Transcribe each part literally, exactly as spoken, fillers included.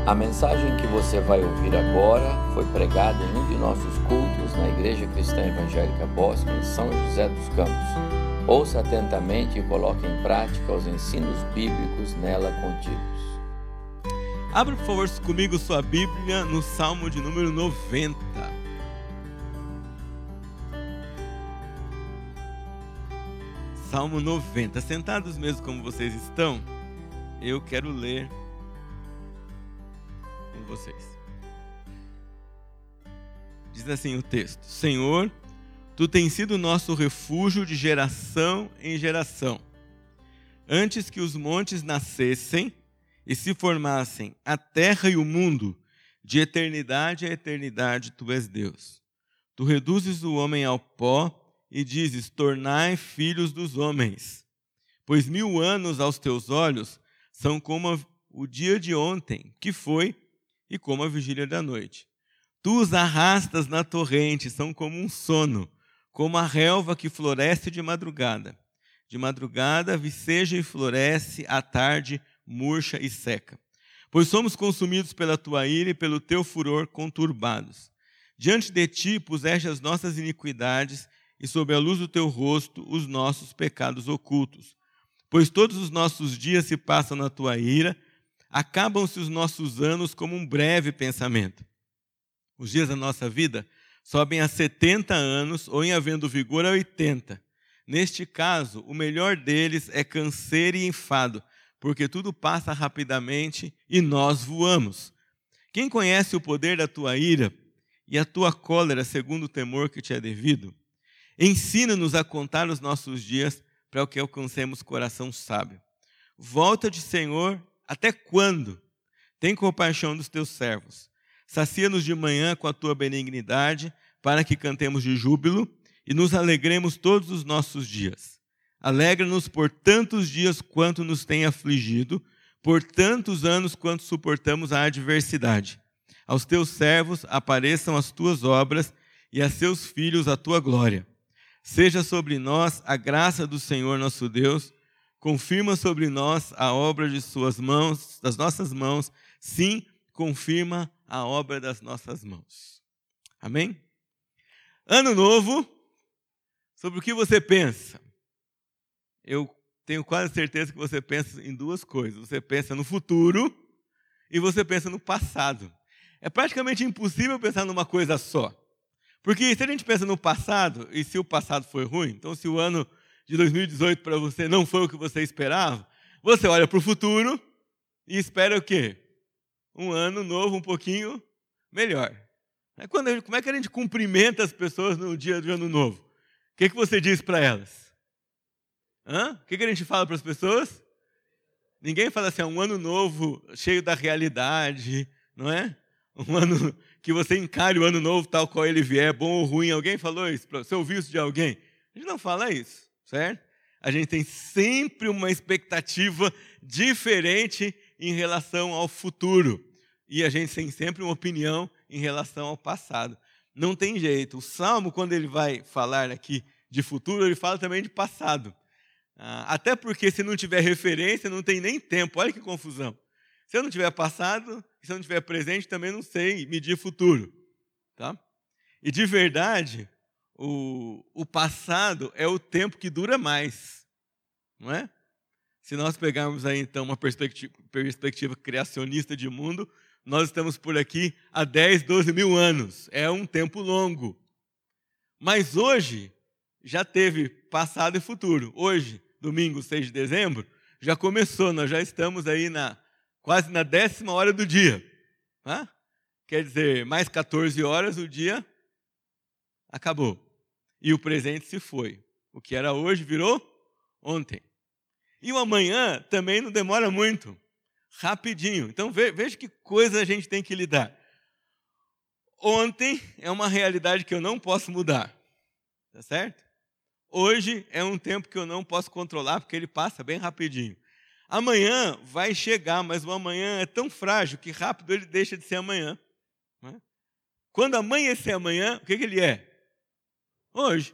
A mensagem que você vai ouvir agora foi pregada em um de nossos cultos na Igreja Cristã Evangélica Bosque, em São José dos Campos. Ouça atentamente e coloque em prática os ensinos bíblicos nela contidos. Abra, por favor, comigo sua Bíblia no Salmo de número noventa. Salmo noventa. Sentados mesmo como vocês estão, eu quero ler com vocês. Diz assim o texto: Senhor, Tu tens sido nosso refúgio de geração em geração. Antes que os montes nascessem e se formassem a terra e o mundo, de eternidade a eternidade Tu és Deus. Tu reduzes o homem ao pó e dizes: tornai filhos dos homens. Pois mil anos aos Teus olhos são como o dia de ontem, que foi, e como a vigília da noite. Tu os arrastas na torrente, são como um sono, como a relva que floresce de madrugada. De madrugada viceja e floresce, à tarde murcha e seca. Pois somos consumidos pela Tua ira e pelo Teu furor conturbados. Diante de Ti puseste as nossas iniquidades e sob a luz do Teu rosto os nossos pecados ocultos. Pois todos os nossos dias se passam na Tua ira, acabam-se os nossos anos como um breve pensamento. Os dias da nossa vida sobem a setenta anos, ou em havendo vigor a oitenta. Neste caso, o melhor deles é canseiro e enfado, porque tudo passa rapidamente e nós voamos. Quem conhece o poder da Tua ira e a Tua cólera segundo o temor que Te é devido? Ensina-nos a contar os nossos dias para que alcancemos coração sábio. Volta-te, Senhor, até quando? Tem compaixão dos Teus servos. Sacia-nos de manhã com a Tua benignidade, para que cantemos de júbilo e nos alegremos todos os nossos dias. Alegra-nos por tantos dias quanto nos tem afligido, por tantos anos quanto suportamos a adversidade. Aos Teus servos apareçam as Tuas obras e a seus filhos a Tua glória. Seja sobre nós a graça do Senhor nosso Deus, confirma sobre nós a obra de Suas mãos, das nossas mãos, sim, confirma a obra das nossas mãos. Amém? Ano novo, sobre o que você pensa? Eu tenho quase certeza que você pensa em duas coisas. Você pensa no futuro e você pensa no passado. É praticamente impossível pensar numa coisa só. Porque se a gente pensa no passado, e se o passado foi ruim, então se o ano de dois mil e dezoito para você não foi o que você esperava, você olha para o futuro e espera o quê? Um ano novo um pouquinho melhor. Quando gente, como é que a gente cumprimenta as pessoas no dia do ano novo? O que, que você diz para elas? Hã? O que, que a gente fala para as pessoas? Ninguém fala assim, é um ano novo cheio da realidade, não é? Um ano que você encare o ano novo tal qual ele vier, bom ou ruim. Alguém falou isso? Você ouviu isso de alguém? A gente não fala isso, certo? A gente tem sempre uma expectativa diferente em relação ao futuro. E a gente tem sempre uma opinião em relação ao passado. Não tem jeito. O Salmo, quando ele vai falar aqui de futuro, ele fala também de passado. Ah, até porque se não tiver referência, não tem nem tempo. Olha que confusão. Se eu não tiver passado, se eu não tiver presente, também não sei medir futuro. Tá? E de verdade, o, o passado é o tempo que dura mais. Não é? Se nós pegarmos aí, então, uma perspectiva, perspectiva criacionista de mundo, nós estamos por aqui há dez, doze mil anos. É um tempo longo. Mas hoje, já teve passado e futuro. Hoje, domingo, seis de dezembro, já começou. Nós já estamos aí na, quase na décima hora do dia. Tá? Quer dizer, mais quatorze horas, o dia acabou. E o presente se foi. O que era hoje virou ontem. E o amanhã também não demora muito. Rapidinho. Então veja que coisa a gente tem que lidar. Ontem é uma realidade que eu não posso mudar. Tá certo? Hoje é um tempo que eu não posso controlar, porque ele passa bem rapidinho. Amanhã vai chegar, mas o amanhã é tão frágil que rápido ele deixa de ser amanhã. Quando amanhecer amanhã, o que, que ele é? Hoje.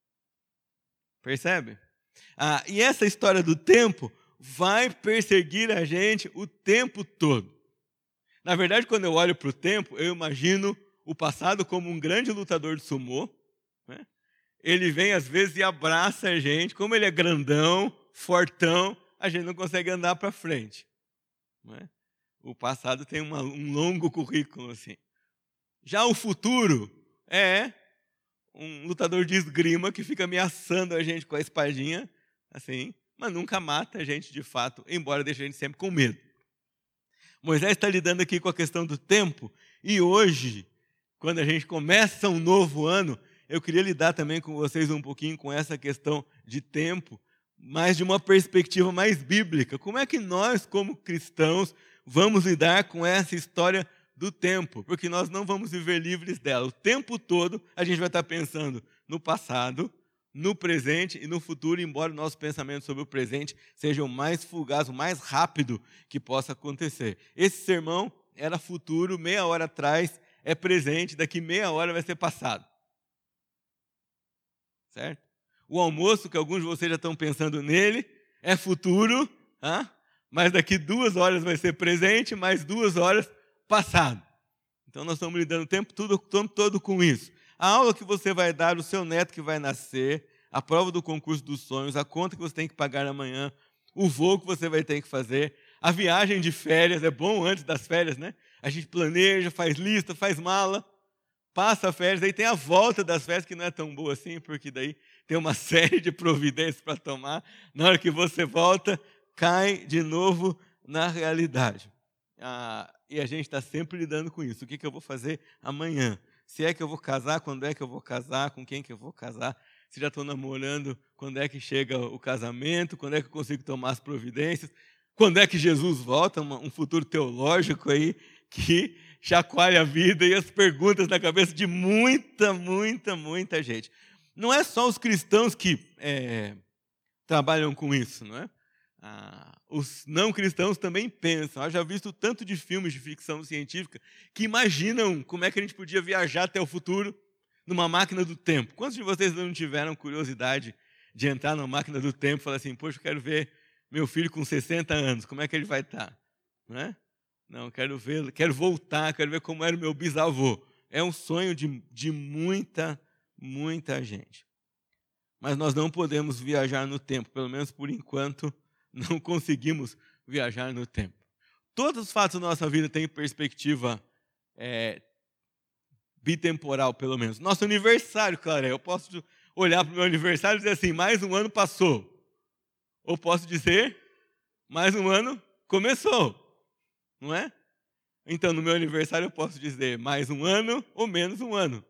Percebe? Ah, e essa história do tempo vai perseguir a gente o tempo todo. Na verdade, quando eu olho para o tempo, eu imagino o passado como um grande lutador de sumô, né? Ele vem às vezes e abraça a gente, como ele é grandão, fortão, a gente não consegue andar para frente, né? O passado tem uma, um longo currículo assim. Já o futuro é um lutador de esgrima que fica ameaçando a gente com a espadinha, assim, mas nunca mata a gente de fato, embora deixe a gente sempre com medo. Moisés está lidando aqui com a questão do tempo, e hoje, quando a gente começa um novo ano, eu queria lidar também com vocês um pouquinho com essa questão de tempo, mas de uma perspectiva mais bíblica. Como é que nós, como cristãos, vamos lidar com essa história do tempo? Porque nós não vamos viver livres dela. O tempo todo a gente vai estar pensando no passado, no presente e no futuro, embora o nosso pensamento sobre o presente seja o mais fugaz, o mais rápido que possa acontecer. Esse sermão era futuro, meia hora atrás é presente, daqui meia hora vai ser passado. Certo? O almoço, que alguns de vocês já estão pensando nele, é futuro, hein? Mas daqui duas horas vai ser presente, mais duas horas passado. Então nós estamos lidando o tempo todo, o tempo todo com isso. A aula que você vai dar, o seu neto que vai nascer, a prova do concurso dos sonhos, a conta que você tem que pagar amanhã, o voo que você vai ter que fazer, a viagem de férias, é bom antes das férias, né? A gente planeja, faz lista, faz mala, passa a férias, aí tem a volta das férias, que não é tão boa assim, porque daí tem uma série de providências para tomar. Na hora que você volta, cai de novo na realidade. Ah, e a gente está sempre lidando com isso. O que, que eu vou fazer amanhã? Se é que eu vou casar, quando é que eu vou casar, com quem que eu vou casar? Se já estou namorando, quando é que chega o casamento? Quando é que eu consigo tomar as providências? Quando é que Jesus volta? Um futuro teológico aí que chacoalha a vida e as perguntas na cabeça de muita, muita, muita gente. Não é só os cristãos que é, trabalham com isso, não é? Ah, os não cristãos também pensam. Eu já visto tanto de filmes de ficção científica que imaginam como é que a gente podia viajar até o futuro numa máquina do tempo. Quantos de vocês não tiveram curiosidade de entrar numa máquina do tempo e falar assim, poxa, eu quero ver meu filho com sessenta anos, como é que ele vai estar? Não é? Não, quero ver, quero voltar, quero ver como era o meu bisavô. É um sonho de, de muita, muita gente. Mas nós não podemos viajar no tempo, pelo menos por enquanto, não conseguimos viajar no tempo. Todos os fatos da nossa vida têm perspectiva é, bitemporal, pelo menos. Nosso aniversário, claro, eu posso olhar para o meu aniversário e dizer assim, mais um ano passou. Ou posso dizer, mais um ano começou. Não é? Então, no meu aniversário eu posso dizer mais um ano ou menos um ano.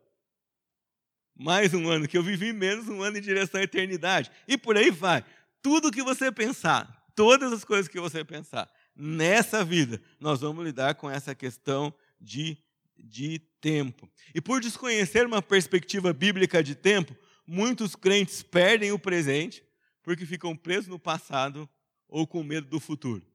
Mais um ano que eu vivi, menos um ano em direção à eternidade. E por aí vai. Tudo que você pensar, todas as coisas que você pensar, nessa vida, nós vamos lidar com essa questão de, de tempo. E por desconhecer uma perspectiva bíblica de tempo, muitos crentes perdem o presente porque ficam presos no passado ou com medo do futuro.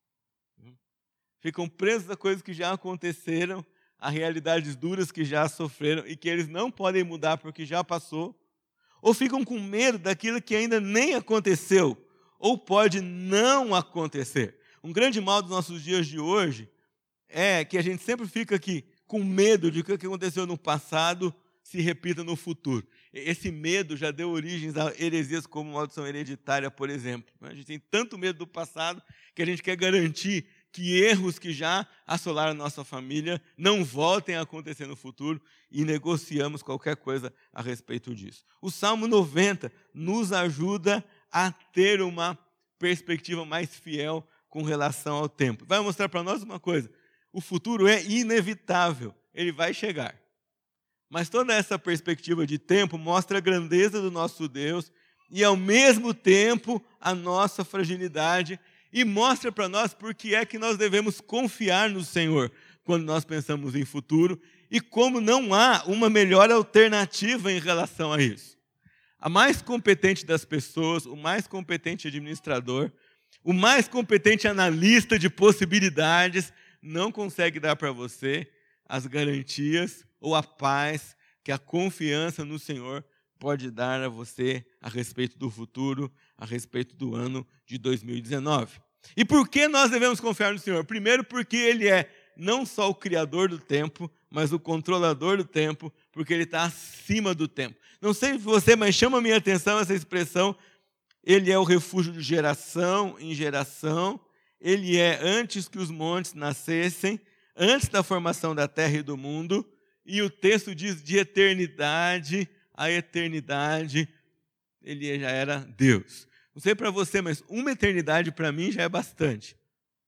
Ficam presos a coisas que já aconteceram, a realidades duras que já sofreram e que eles não podem mudar porque já passou, ou ficam com medo daquilo que ainda nem aconteceu, ou pode não acontecer. Um grande mal dos nossos dias de hoje é que a gente sempre fica aqui com medo de que o que aconteceu no passado se repita no futuro. Esse medo já deu origem a heresias como maldição hereditária, por exemplo. A gente tem tanto medo do passado que a gente quer garantir que erros que já assolaram a nossa família não voltem a acontecer no futuro e negociamos qualquer coisa a respeito disso. O Salmo noventa nos ajuda a ter uma perspectiva mais fiel com relação ao tempo. Vai mostrar para nós uma coisa, o futuro é inevitável, ele vai chegar. Mas toda essa perspectiva de tempo mostra a grandeza do nosso Deus e, ao mesmo tempo, a nossa fragilidade e mostra para nós por que é que nós devemos confiar no Senhor quando nós pensamos em futuro e como não há uma melhor alternativa em relação a isso. A mais competente das pessoas, o mais competente administrador, o mais competente analista de possibilidades não consegue dar para você as garantias ou a paz que a confiança no Senhor pode dar a você a respeito do futuro, a respeito do ano de dois mil e dezenove. E por que nós devemos confiar no Senhor? Primeiro, porque Ele é não só o criador do tempo, mas o controlador do tempo, porque ele está acima do tempo. Não sei você, mas chama a minha atenção essa expressão. Ele é o refúgio de geração em geração. Ele é antes que os montes nascessem, antes da formação da terra e do mundo. E o texto diz de eternidade a eternidade. Ele já era Deus. Não sei para você, mas uma eternidade para mim já é bastante.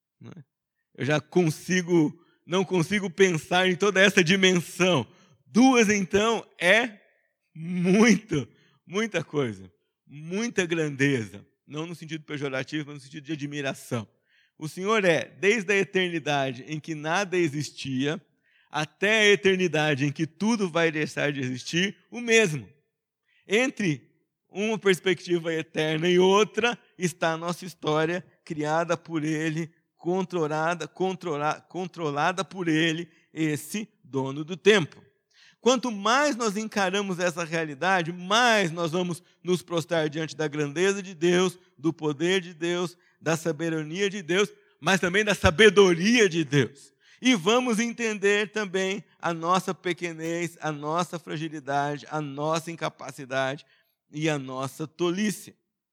Eu já consigo, não consigo pensar em toda essa dimensão. Duas, então, é muito, muita coisa. Muita grandeza. Não no sentido pejorativo, mas no sentido de admiração. O Senhor é, desde a eternidade em que nada existia, até a eternidade em que tudo vai deixar de existir, o mesmo. Entre uma perspectiva eterna e outra está a nossa história, criada por Ele, controlada, controla, controlada por Ele, esse dono do tempo. Quanto mais nós encaramos essa realidade, mais nós vamos nos prostrar diante da grandeza de Deus, do poder de Deus, da soberania de Deus, mas também da sabedoria de Deus. E vamos entender também a nossa pequenez, a nossa fragilidade, a nossa incapacidade e a nossa tolice.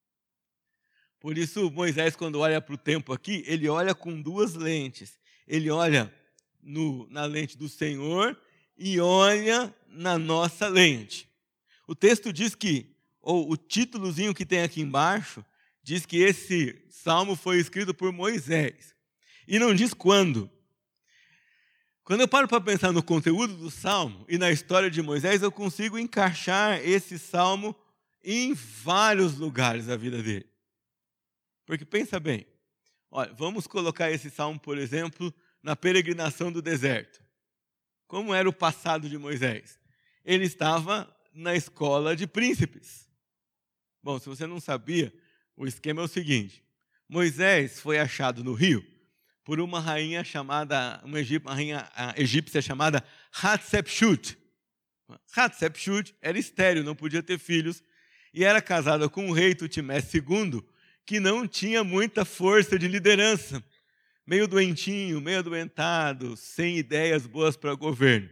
Por isso, Moisés, quando olha para o tempo aqui, ele olha com duas lentes. Ele olha no, na lente do Senhor e olha na nossa lente. O texto diz que, ou o títulozinho que tem aqui embaixo, diz que esse salmo foi escrito por Moisés. E não diz quando. Quando eu paro para pensar no conteúdo do salmo e na história de Moisés, eu consigo encaixar esse salmo em vários lugares da vida dele. Porque pensa bem, olha, vamos colocar esse salmo, por exemplo, na peregrinação do deserto. Como era o passado de Moisés? Ele estava na escola de príncipes. Bom, se você não sabia, o esquema é o seguinte. Moisés foi achado no rio por uma rainha chamada, uma, egip, uma rainha egípcia chamada Hatshepsut. Hatshepsut era estéril, não podia ter filhos, e era casada com o rei Tutmés segundo, que não tinha muita força de liderança. Meio doentinho, meio adoentado, sem ideias boas para o governo.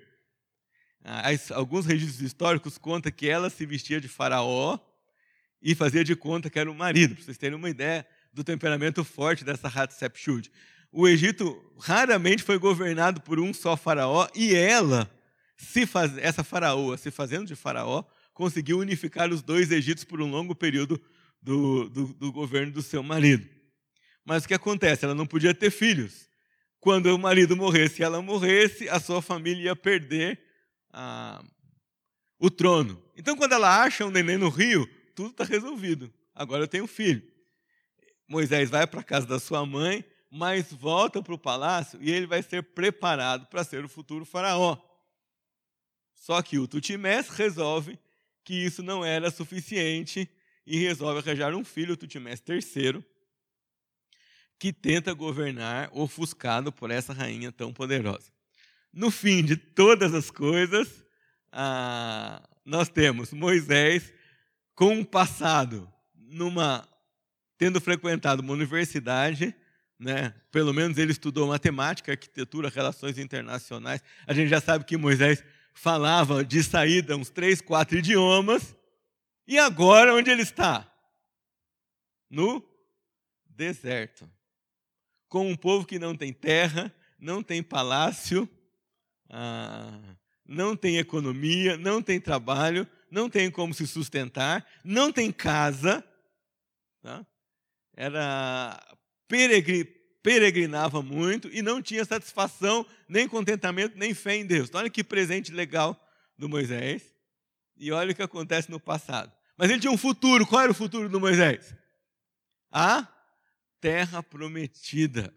Alguns registros históricos contam que ela se vestia de faraó e fazia de conta que era o marido, para vocês terem uma ideia do temperamento forte dessa Hatshepsut. O Egito raramente foi governado por um só faraó e ela, se faz, essa faraoa, se fazendo de faraó, conseguiu unificar os dois Egitos por um longo período do, do, do governo do seu marido. Mas o que acontece? Ela não podia ter filhos. Quando o marido morresse e ela morresse, a sua família ia perder ah, o trono. Então, quando ela acha um neném no rio, tudo está resolvido. Agora eu tenho um filho. Moisés vai para a casa da sua mãe, mas volta para o palácio e ele vai ser preparado para ser o futuro faraó. Só que o Tutmés resolve que isso não era suficiente e resolve arranjar um filho, o Tutmés terceiro, que tenta governar ofuscado por essa rainha tão poderosa. No fim de todas as coisas, ah, nós temos Moisés com um passado, numa, tendo frequentado uma universidade, né? Pelo menos ele estudou matemática, arquitetura, relações internacionais. A gente já sabe que Moisés falava de saída uns três, quatro idiomas. E agora, onde ele está? No deserto. Com um povo que não tem terra, não tem palácio, ah, não tem economia, não tem trabalho, não tem como se sustentar, não tem casa. Tá? Era peregri, peregrinava muito e não tinha satisfação, nem contentamento, nem fé em Deus. Então, olha que presente legal do Moisés. E olha o que acontece no passado. Mas ele tinha um futuro. Qual era o futuro do Moisés? A terra prometida.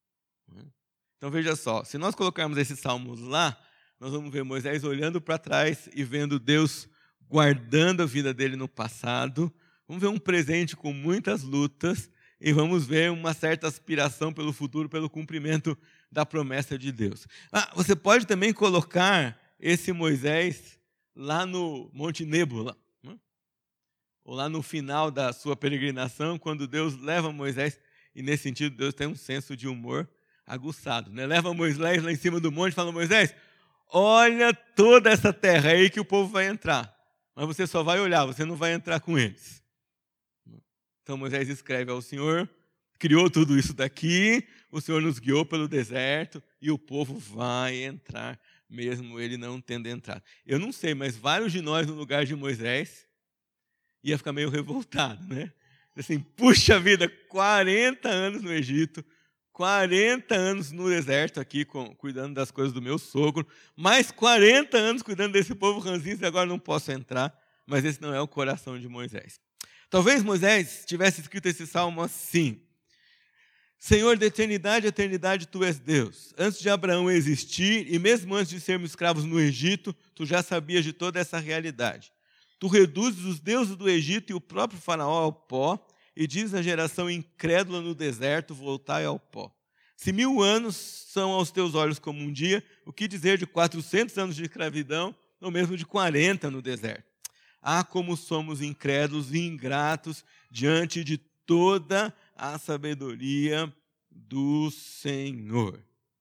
Então veja só, se nós colocarmos esses salmos lá, nós vamos ver Moisés olhando para trás e vendo Deus guardando a vida dele no passado. Vamos ver um presente com muitas lutas e vamos ver uma certa aspiração pelo futuro, pelo cumprimento da promessa de Deus. Ah, você pode também colocar esse Moisés lá no Monte Nebo, lá, né? Ou lá no final da sua peregrinação, quando Deus leva Moisés, e nesse sentido Deus tem um senso de humor. aguçado, né? Leva Moisés lá em cima do monte e fala: Moisés, olha toda essa terra aí que o povo vai entrar. Mas você só vai olhar, você não vai entrar com eles. Então Moisés escreve ao Senhor: criou tudo isso daqui, o Senhor nos guiou pelo deserto e o povo vai entrar, mesmo ele não tendo entrado. Eu não sei, mas vários de nós no lugar de Moisés ia ficar meio revoltado, né? Assim, puxa vida, quarenta anos no Egito, quarenta anos no deserto aqui, com, cuidando das coisas do meu sogro, mais quarenta anos cuidando desse povo ranzinza e agora não posso entrar. Mas esse não é o coração de Moisés. Talvez Moisés tivesse escrito esse salmo assim: Senhor, de eternidade a eternidade, Tu és Deus. Antes de Abraão existir, e mesmo antes de sermos escravos no Egito, Tu já sabias de toda essa realidade. Tu reduzes os deuses do Egito e o próprio faraó ao pó, e diz à geração incrédula no deserto: voltai ao pó. Se mil anos são aos teus olhos como um dia, o que dizer de quatrocentos anos de escravidão, ou mesmo de quarenta no deserto? Ah, como somos incrédulos e ingratos diante de toda a sabedoria do Senhor.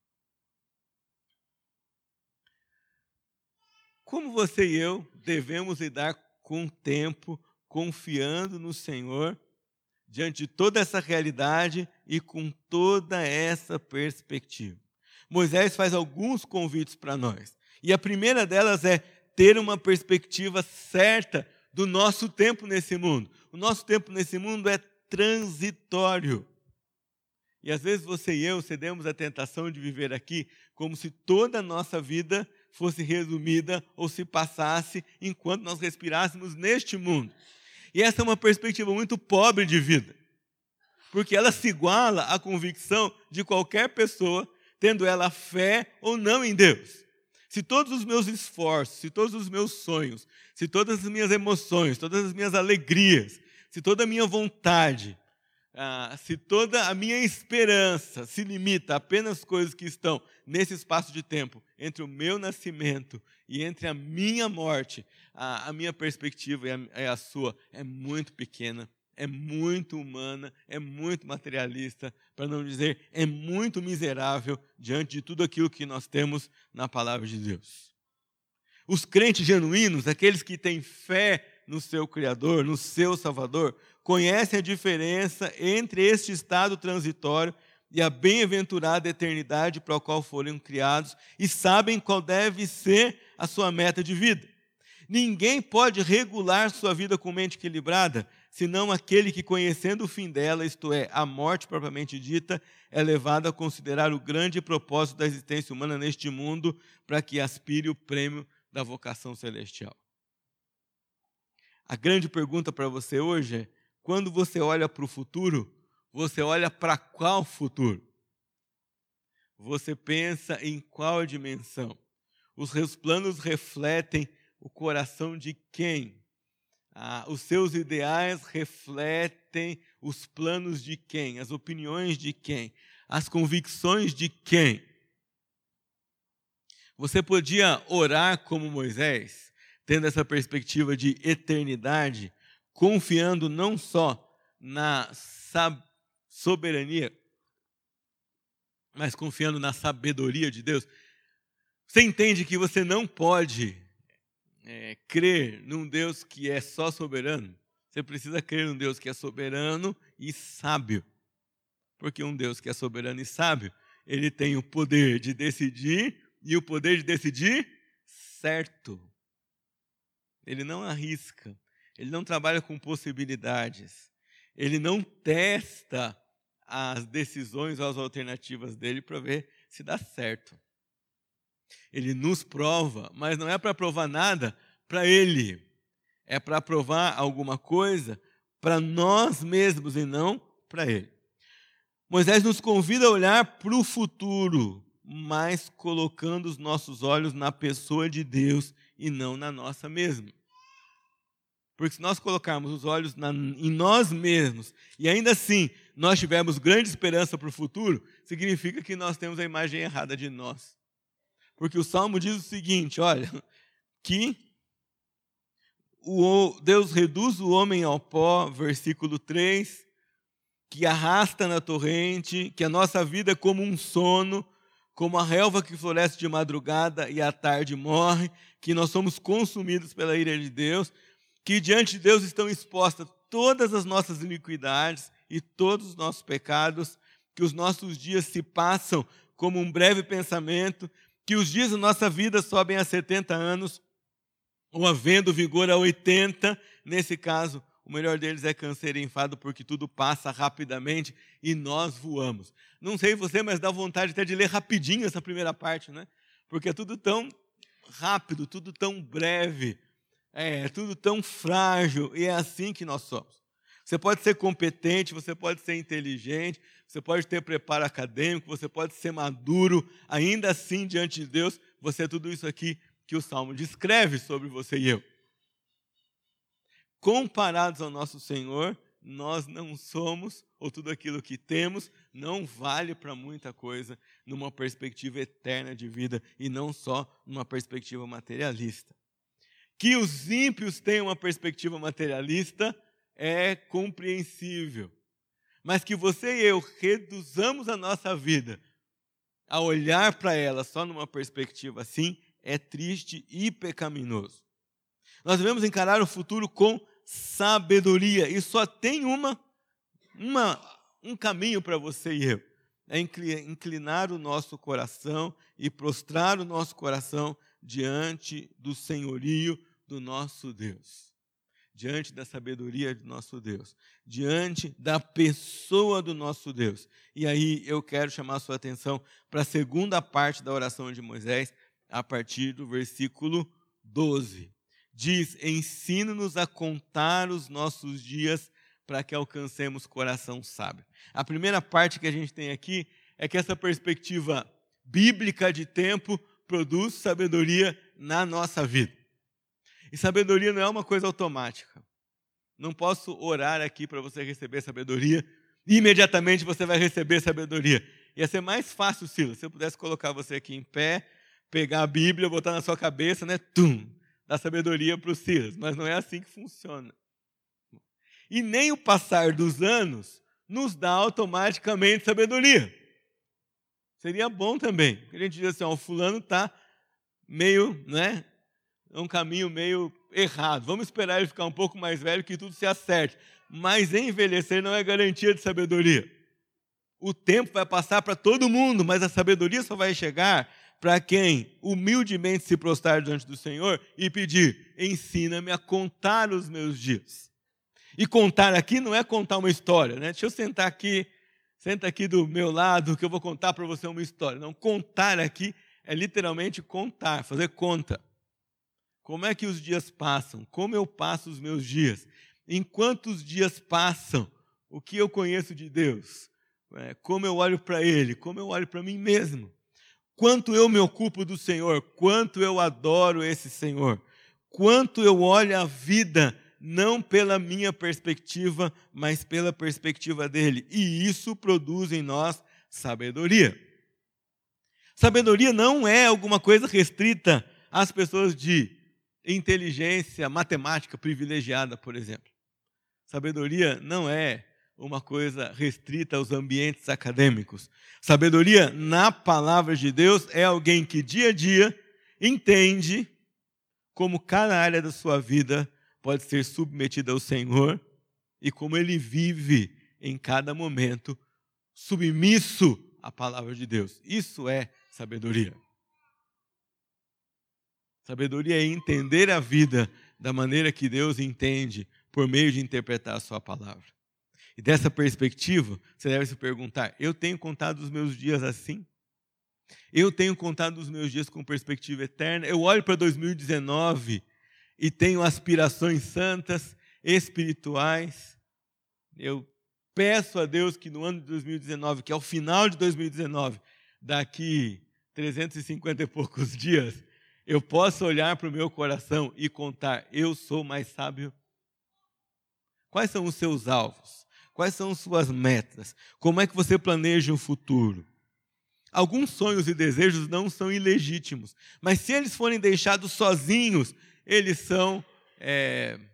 Como você e eu devemos lidar com o tempo, confiando no Senhor, diante de toda essa realidade e com toda essa perspectiva? Moisés faz alguns convites para nós. E a primeira delas é ter uma perspectiva certa do nosso tempo nesse mundo. O nosso tempo nesse mundo é transitório. E às vezes você e eu cedemos à tentação de viver aqui como se toda a nossa vida fosse resumida ou se passasse enquanto nós respirássemos neste mundo. E essa é uma perspectiva muito pobre de vida, porque ela se iguala à convicção de qualquer pessoa, tendo ela fé ou não em Deus. Se todos os meus esforços, se todos os meus sonhos, se todas as minhas emoções, todas as minhas alegrias, se toda a minha vontade, ah, se toda a minha esperança se limita a apenas coisas que estão nesse espaço de tempo, entre o meu nascimento e entre a minha morte, a, a minha perspectiva e a, é a sua é muito pequena, é muito humana, é muito materialista, para não dizer é muito miserável diante de tudo aquilo que nós temos na palavra de Deus. Os crentes genuínos, aqueles que têm fé no seu Criador, no seu Salvador, conhecem a diferença entre este estado transitório e a bem-aventurada eternidade para a qual foram criados e sabem qual deve ser a sua meta de vida. Ninguém pode regular sua vida com mente equilibrada, senão aquele que, conhecendo o fim dela, isto é, a morte propriamente dita, é levado a considerar o grande propósito da existência humana neste mundo para que aspire o prêmio da vocação celestial. A grande pergunta para você hoje é: quando você olha para o futuro, você olha para qual futuro? Você pensa em qual dimensão? Os seus planos refletem o coração de quem? Ah, os seus ideais refletem os planos de quem? As opiniões de quem? As convicções de quem? Você podia orar como Moisés, tendo essa perspectiva de eternidade, confiando não só na soberania, mas confiando na sabedoria de Deus. Você entende que você não pode é, crer num Deus que é só soberano? Você precisa crer num Deus que é soberano e sábio. Porque um Deus que é soberano e sábio, ele tem o poder de decidir e o poder de decidir certo. Ele não arrisca, ele não trabalha com possibilidades, ele não testa as decisões ou as alternativas dele para ver se dá certo. Ele nos prova, mas não é para provar nada para ele, é para provar alguma coisa para nós mesmos e não para ele. Moisés nos convida a olhar para o futuro, mas colocando os nossos olhos na pessoa de Deus e não na nossa mesma. Porque se nós colocarmos os olhos na, em nós mesmos e ainda assim nós tivermos grande esperança para o futuro, significa que nós temos a imagem errada de nós. Porque o Salmo diz o seguinte, olha, que o Deus reduz o homem ao pó, versículo três, que arrasta na torrente, que a nossa vida é como um sono, como a relva que floresce de madrugada e à tarde morre, que nós somos consumidos pela ira de Deus, que diante de Deus estão expostas todas as nossas iniquidades e todos os nossos pecados, que os nossos dias se passam como um breve pensamento, que os dias da nossa vida sobem a setenta anos, ou havendo vigor a oitenta, nesse caso, o melhor deles é câncer e enfado, porque tudo passa rapidamente e nós voamos. Não sei você, mas dá vontade até de ler rapidinho essa primeira parte, né? Porque é tudo tão rápido, tudo tão breve, é tudo tão frágil, e é assim que nós somos. Você pode ser competente, você pode ser inteligente, você pode ter preparo acadêmico, você pode ser maduro, ainda assim, diante de Deus, você é tudo isso aqui que o Salmo descreve sobre você e eu. Comparados ao nosso Senhor, nós não somos, ou tudo aquilo que temos, não vale para muita coisa numa perspectiva eterna de vida e não só numa perspectiva materialista. Que os ímpios tenham uma perspectiva materialista é compreensível, mas que você e eu reduzamos a nossa vida a olhar para ela só numa perspectiva assim é triste e pecaminoso. Nós devemos encarar o futuro com sabedoria, e só tem uma, uma, um caminho para você e eu, é inclinar o nosso coração e prostrar o nosso coração diante do senhorio do nosso Deus, diante da sabedoria do nosso Deus, diante da pessoa do nosso Deus. E aí eu quero chamar a sua atenção para a segunda parte da oração de Moisés, a partir do versículo doze. Diz: ensina-nos a contar os nossos dias para que alcancemos coração sábio. A primeira parte que a gente tem aqui é que essa perspectiva bíblica de tempo produz sabedoria na nossa vida. E sabedoria não é uma coisa automática. Não posso orar aqui para você receber sabedoria e imediatamente você vai receber sabedoria. Ia ser mais fácil, Silas, se eu pudesse colocar você aqui em pé, pegar a Bíblia, botar na sua cabeça, né? Tum! Dar sabedoria para o Silas, mas não é assim que funciona. E nem o passar dos anos nos dá automaticamente sabedoria. Seria bom também, porque a gente diz assim, ó, o fulano está meio, né, é um caminho meio errado. Vamos esperar ele ficar um pouco mais velho que tudo se acerte. Mas envelhecer não é garantia de sabedoria. O tempo vai passar para todo mundo, mas a sabedoria só vai chegar para quem humildemente se prostrar diante do Senhor e pedir: ensina-me a contar os meus dias. E contar aqui não é contar uma história, né? Deixa eu sentar aqui, senta aqui do meu lado que eu vou contar para você uma história. Não, contar aqui é literalmente contar, fazer conta. Como é que os dias passam? Como eu passo os meus dias? Enquanto os dias passam, o que eu conheço de Deus? É, como eu olho para Ele? Como eu olho para mim mesmo? Quanto eu me ocupo do Senhor, quanto eu adoro esse Senhor, quanto eu olho a vida, não pela minha perspectiva, mas pela perspectiva dele. E isso produz em nós sabedoria. Sabedoria não é alguma coisa restrita às pessoas de inteligência matemática privilegiada, por exemplo. Sabedoria não é uma coisa restrita aos ambientes acadêmicos. Sabedoria na palavra de Deus é alguém que dia a dia entende como cada área da sua vida pode ser submetida ao Senhor e como ele vive em cada momento submisso à palavra de Deus. Isso é sabedoria. Sabedoria é entender a vida da maneira que Deus entende por meio de interpretar a sua palavra. E dessa perspectiva, você deve se perguntar: eu tenho contado os meus dias assim? Eu tenho contado os meus dias com perspectiva eterna? Eu olho para dois mil e dezenove e tenho aspirações santas, espirituais. Eu peço a Deus que no ano de dois mil e dezenove, que é o final de dois mil e dezenove, daqui trezentos e cinquenta e poucos dias, eu possa olhar para o meu coração e contar: eu sou mais sábio? Quais são os seus alvos? Quais são suas metas? Como é que você planeja o futuro? Alguns sonhos e desejos não são ilegítimos, mas se eles forem deixados sozinhos, eles são é,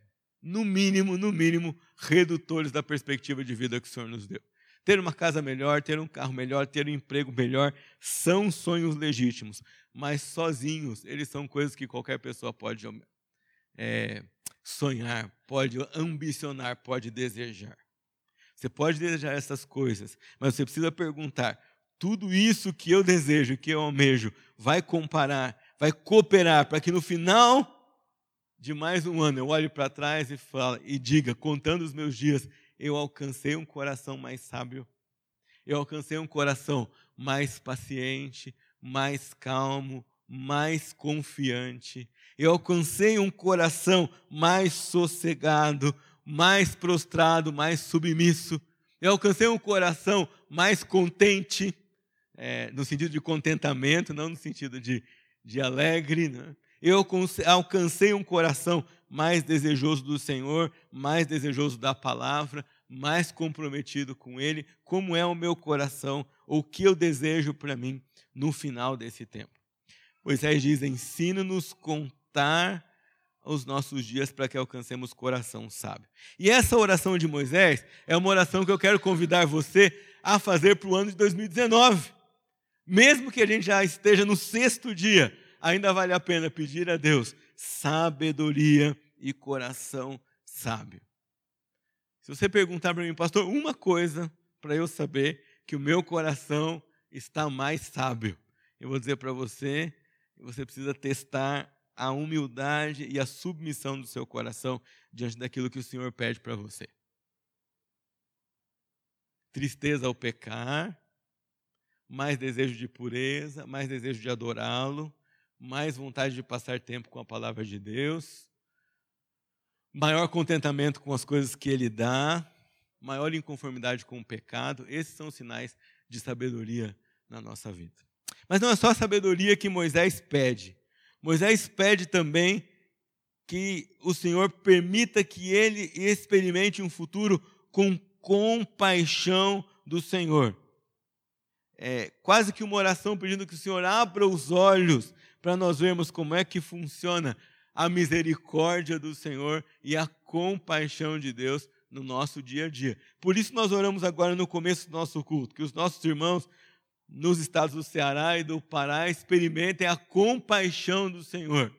no mínimo, no mínimo, redutores da perspectiva de vida que o Senhor nos deu. Ter uma casa melhor, ter um carro melhor, ter um emprego melhor, são sonhos legítimos, mas sozinhos, eles são coisas que qualquer pessoa pode é, sonhar, pode ambicionar, pode desejar. Você pode desejar essas coisas, mas você precisa perguntar, tudo isso que eu desejo, que eu almejo, vai comparar, vai cooperar para que no final de mais um ano eu olhe para trás e fale, e diga, contando os meus dias, eu alcancei um coração mais sábio, eu alcancei um coração mais paciente, mais calmo, mais confiante, eu alcancei um coração mais sossegado, mais prostrado, mais submisso, eu alcancei um coração mais contente, é, no sentido de contentamento, não no sentido de, de alegre, né? Eu alcancei um coração mais desejoso do Senhor, mais desejoso da palavra, mais comprometido com Ele, como é o meu coração, ou o que eu desejo para mim no final desse tempo. Moisés diz, ensina-nos contar os nossos dias para que alcancemos coração sábio. E essa oração de Moisés é uma oração que eu quero convidar você a fazer para o ano de dois mil e dezenove. Mesmo que a gente já esteja no sexto dia, ainda vale a pena pedir a Deus sabedoria e coração sábio. Se você perguntar para mim, pastor, uma coisa para eu saber que o meu coração está mais sábio, eu vou dizer para você, você precisa testar a humildade e a submissão do seu coração diante daquilo que o Senhor pede para você. Tristeza ao pecar, mais desejo de pureza, mais desejo de adorá-lo, mais vontade de passar tempo com a palavra de Deus, maior contentamento com as coisas que Ele dá, maior inconformidade com o pecado. Esses são os sinais de sabedoria na nossa vida. Mas não é só a sabedoria que Moisés pede. Moisés pede também que o Senhor permita que ele experimente um futuro com compaixão do Senhor. É quase que uma oração pedindo que o Senhor abra os olhos para nós vermos como é que funciona a misericórdia do Senhor e a compaixão de Deus no nosso dia a dia. Por isso nós oramos agora no começo do nosso culto, que os nossos irmãos nos estados do Ceará e do Pará experimentem a compaixão do Senhor,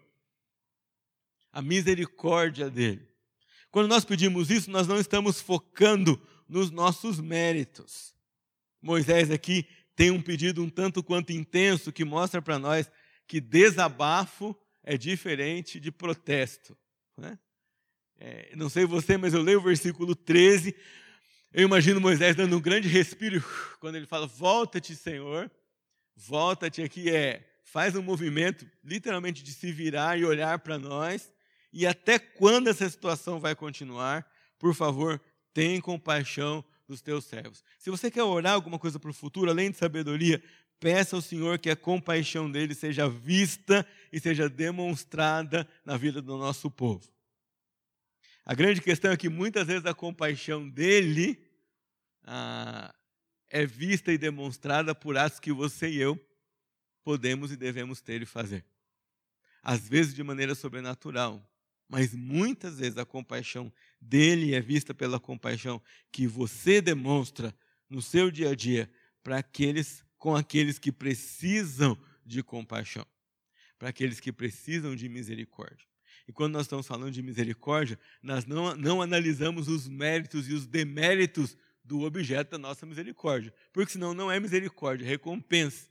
a misericórdia dele. Quando nós pedimos isso, nós não estamos focando nos nossos méritos. Moisés aqui tem um pedido um tanto quanto intenso que mostra para nós que desabafo é diferente de protesto. Né? É, não sei você, mas eu leio o versículo treze, eu imagino Moisés dando um grande respiro, quando ele fala, volta-te, Senhor, volta-te aqui, é, faz um movimento, literalmente, de se virar e olhar para nós, e até quando essa situação vai continuar, por favor, tem compaixão dos teus servos. Se você quer orar alguma coisa para o futuro, além de sabedoria, peça ao Senhor que a compaixão dele seja vista e seja demonstrada na vida do nosso povo. A grande questão é que muitas vezes a compaixão dele ah, é vista e demonstrada por atos que você e eu podemos e devemos ter e fazer. Às vezes de maneira sobrenatural, mas muitas vezes a compaixão dele é vista pela compaixão que você demonstra no seu dia a dia para aqueles, com aqueles que precisam de compaixão, para aqueles que precisam de misericórdia. E quando nós estamos falando de misericórdia, nós não, não analisamos os méritos e os deméritos do objeto da nossa misericórdia, porque senão não é misericórdia, é recompensa.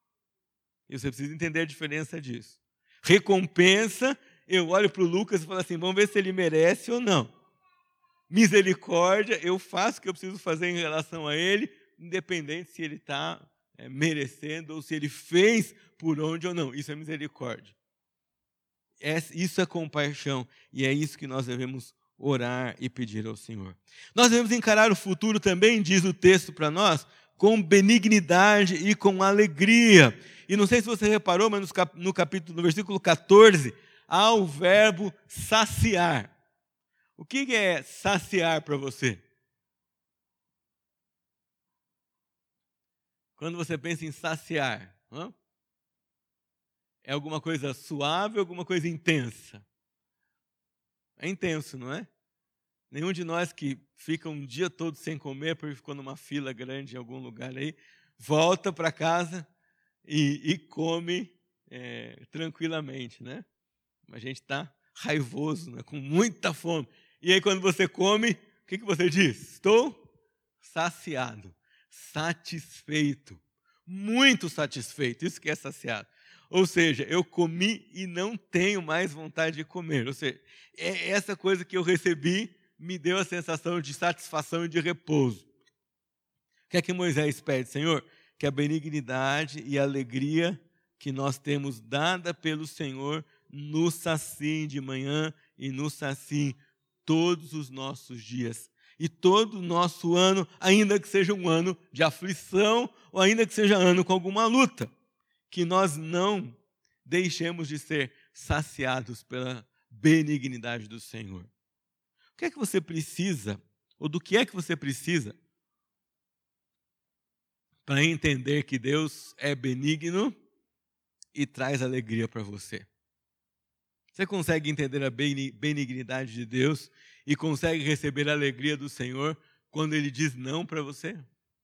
E você precisa entender a diferença disso. Recompensa, eu olho para o Lucas e falo assim, vamos ver se ele merece ou não. Misericórdia, eu faço o que eu preciso fazer em relação a ele, independente se ele está é, merecendo ou se ele fez por onde ou não. Isso é misericórdia. É, isso é compaixão e é isso que nós devemos orar e pedir ao Senhor. Nós devemos encarar o futuro também, diz o texto para nós, com benignidade e com alegria. E não sei se você reparou, mas no capítulo, no versículo catorze, há o verbo saciar. O que é saciar para você? Quando você pensa em saciar, não? É alguma coisa suave ou alguma coisa intensa? É intenso, não é? Nenhum de nós que fica um dia todo sem comer, porque ficou numa fila grande em algum lugar aí, volta para casa e, e come é, tranquilamente, né? A gente está raivoso, né? Com muita fome. E aí quando você come, o que, que você diz? Estou saciado, satisfeito, muito satisfeito, isso que é saciado. Ou seja, eu comi e não tenho mais vontade de comer. Ou seja, é essa coisa que eu recebi me deu a sensação de satisfação e de repouso. O que é que Moisés pede, Senhor? Que a benignidade e a alegria que nós temos dada pelo Senhor nos saciem de manhã e nos saciem todos os nossos dias. E todo o nosso ano, ainda que seja um ano de aflição, ou ainda que seja ano com alguma luta, que nós não deixemos de ser saciados pela benignidade do Senhor. O que é que você precisa, ou do que é que você precisa, para entender que Deus é benigno e traz alegria para você? Você consegue entender a benignidade de Deus e consegue receber a alegria do Senhor quando Ele diz não para você?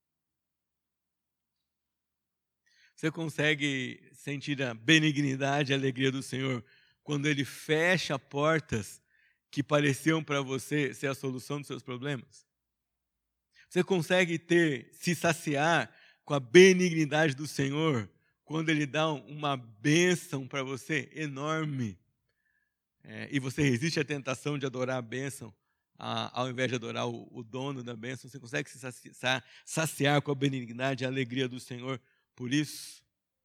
Você consegue sentir a benignidade e a alegria do Senhor quando Ele fecha portas que pareciam para você ser a solução dos seus problemas? Você consegue ter, se saciar com a benignidade do Senhor quando Ele dá uma bênção para você enorme, é, e você resiste à tentação de adorar a bênção, a, ao invés de adorar o, o dono da bênção? Você consegue se saciar, saciar com a benignidade e a alegria do Senhor por isso?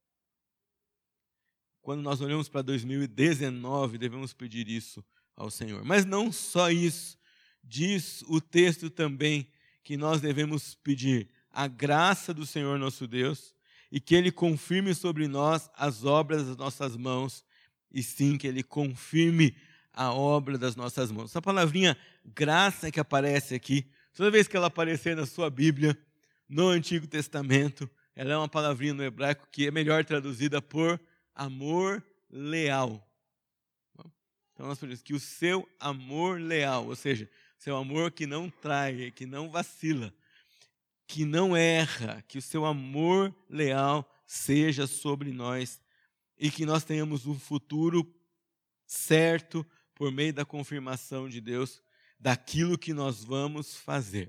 Quando nós olhamos para dois mil e dezenove, devemos pedir isso ao Senhor. Mas não só isso, diz o texto também que nós devemos pedir a graça do Senhor nosso Deus e que Ele confirme sobre nós as obras das nossas mãos, e sim, que Ele confirme a obra das nossas mãos. Essa palavrinha graça que aparece aqui, toda vez que ela aparecer na sua Bíblia, no Antigo Testamento, ela é uma palavrinha no hebraico que é melhor traduzida por amor leal. Então nós falamos que o seu amor leal, ou seja, seu amor que não trai, que não vacila, que não erra, que o seu amor leal seja sobre nós e que nós tenhamos um futuro certo por meio da confirmação de Deus daquilo que nós vamos fazer.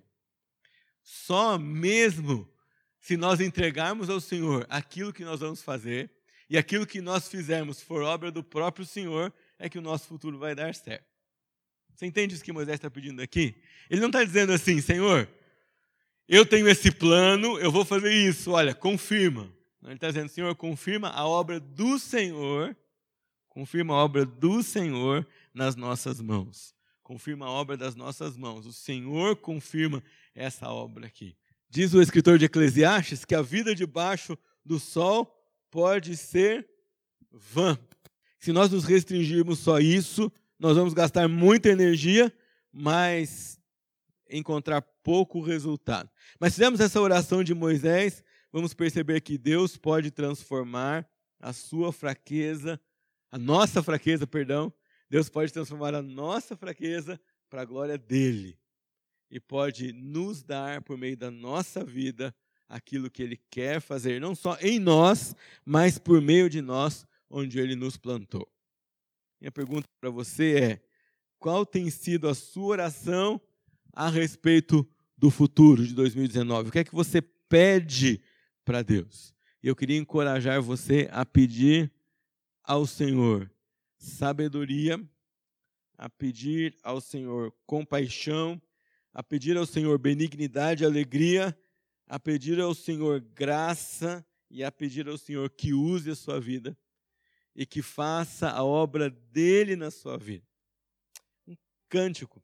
Só mesmo se nós entregarmos ao Senhor aquilo que nós vamos fazer e aquilo que nós fizermos for obra do próprio Senhor, é que o nosso futuro vai dar certo. Você entende isso que Moisés está pedindo aqui? Ele não está dizendo assim, Senhor, eu tenho esse plano, eu vou fazer isso, olha, confirma. Ele está dizendo, Senhor, confirma a obra do Senhor, confirma a obra do Senhor nas nossas mãos. Confirma a obra das nossas mãos. O Senhor confirma essa obra aqui. Diz o escritor de Eclesiastes que a vida debaixo do sol pode ser vã. Se nós nos restringirmos só isso, nós vamos gastar muita energia, mas encontrar pouco resultado. Mas se fizermos essa oração de Moisés, vamos perceber que Deus pode transformar a sua fraqueza, a nossa fraqueza, perdão, Deus pode transformar a nossa fraqueza para a glória dele. E pode nos dar, por meio da nossa vida, aquilo que Ele quer fazer, não só em nós, mas por meio de nós, onde Ele nos plantou. Minha pergunta para você é, qual tem sido a sua oração a respeito do futuro de dois mil e dezenove? O que é que você pede para Deus? E eu queria encorajar você a pedir ao Senhor sabedoria, a pedir ao Senhor compaixão, a pedir ao Senhor benignidade e alegria, a pedir ao Senhor graça e a pedir ao Senhor que use a sua vida e que faça a obra dele na sua vida. Um cântico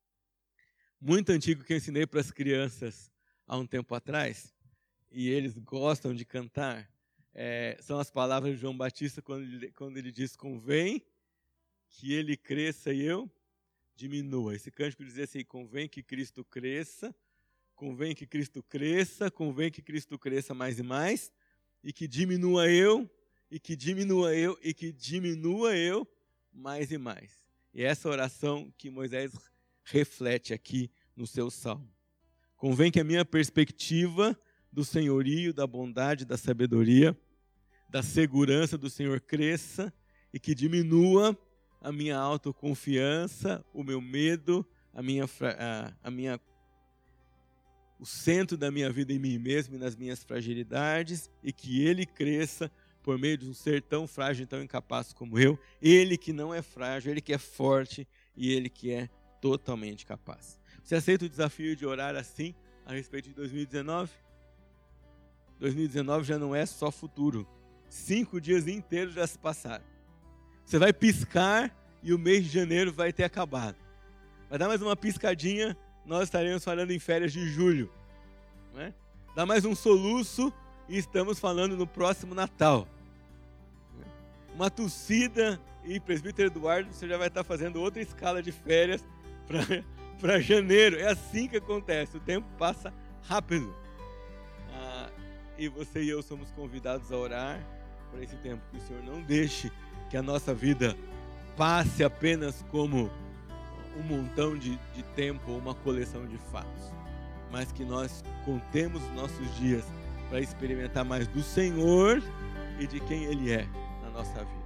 muito antigo que eu ensinei para as crianças há um tempo atrás, e eles gostam de cantar, é, são as palavras de João Batista quando ele, quando ele diz, convém que ele cresça e eu diminua. Esse cântico dizia assim, convém que Cristo cresça, convém que Cristo cresça, convém que Cristo cresça mais e mais, e que diminua eu, e que diminua eu, e que diminua eu mais e mais. E essa oração que Moisés reflete aqui no seu salmo. Convém que a minha perspectiva do senhorio, da bondade, da sabedoria, da segurança do Senhor cresça e que diminua a minha autoconfiança, o meu medo, a minha, a, a minha, o centro da minha vida em mim mesmo e nas minhas fragilidades, e que ele cresça por meio de um ser tão frágil e tão incapaz como eu, ele que não é frágil, ele que é forte e ele que é totalmente capaz. Você aceita o desafio de orar assim a respeito de dois mil e dezenove? dois mil e dezenove já não é só futuro. Cinco dias inteiros já se passaram. Você vai piscar e o mês de janeiro vai ter acabado. Vai dar mais uma piscadinha, nós estaremos falando em férias de julho. Não é? Dá mais um soluço e estamos falando no próximo Natal. Uma tossida e presbítero Eduardo, você já vai estar fazendo outra escala de férias para janeiro. É assim que acontece, o tempo passa rápido. Ah, e você e eu somos convidados a orar para esse tempo, que o Senhor não deixe que a nossa vida passe apenas como um montão de, de tempo ou uma coleção de fatos, mas que nós contemos os nossos dias para experimentar mais do Senhor e de quem Ele é na nossa vida.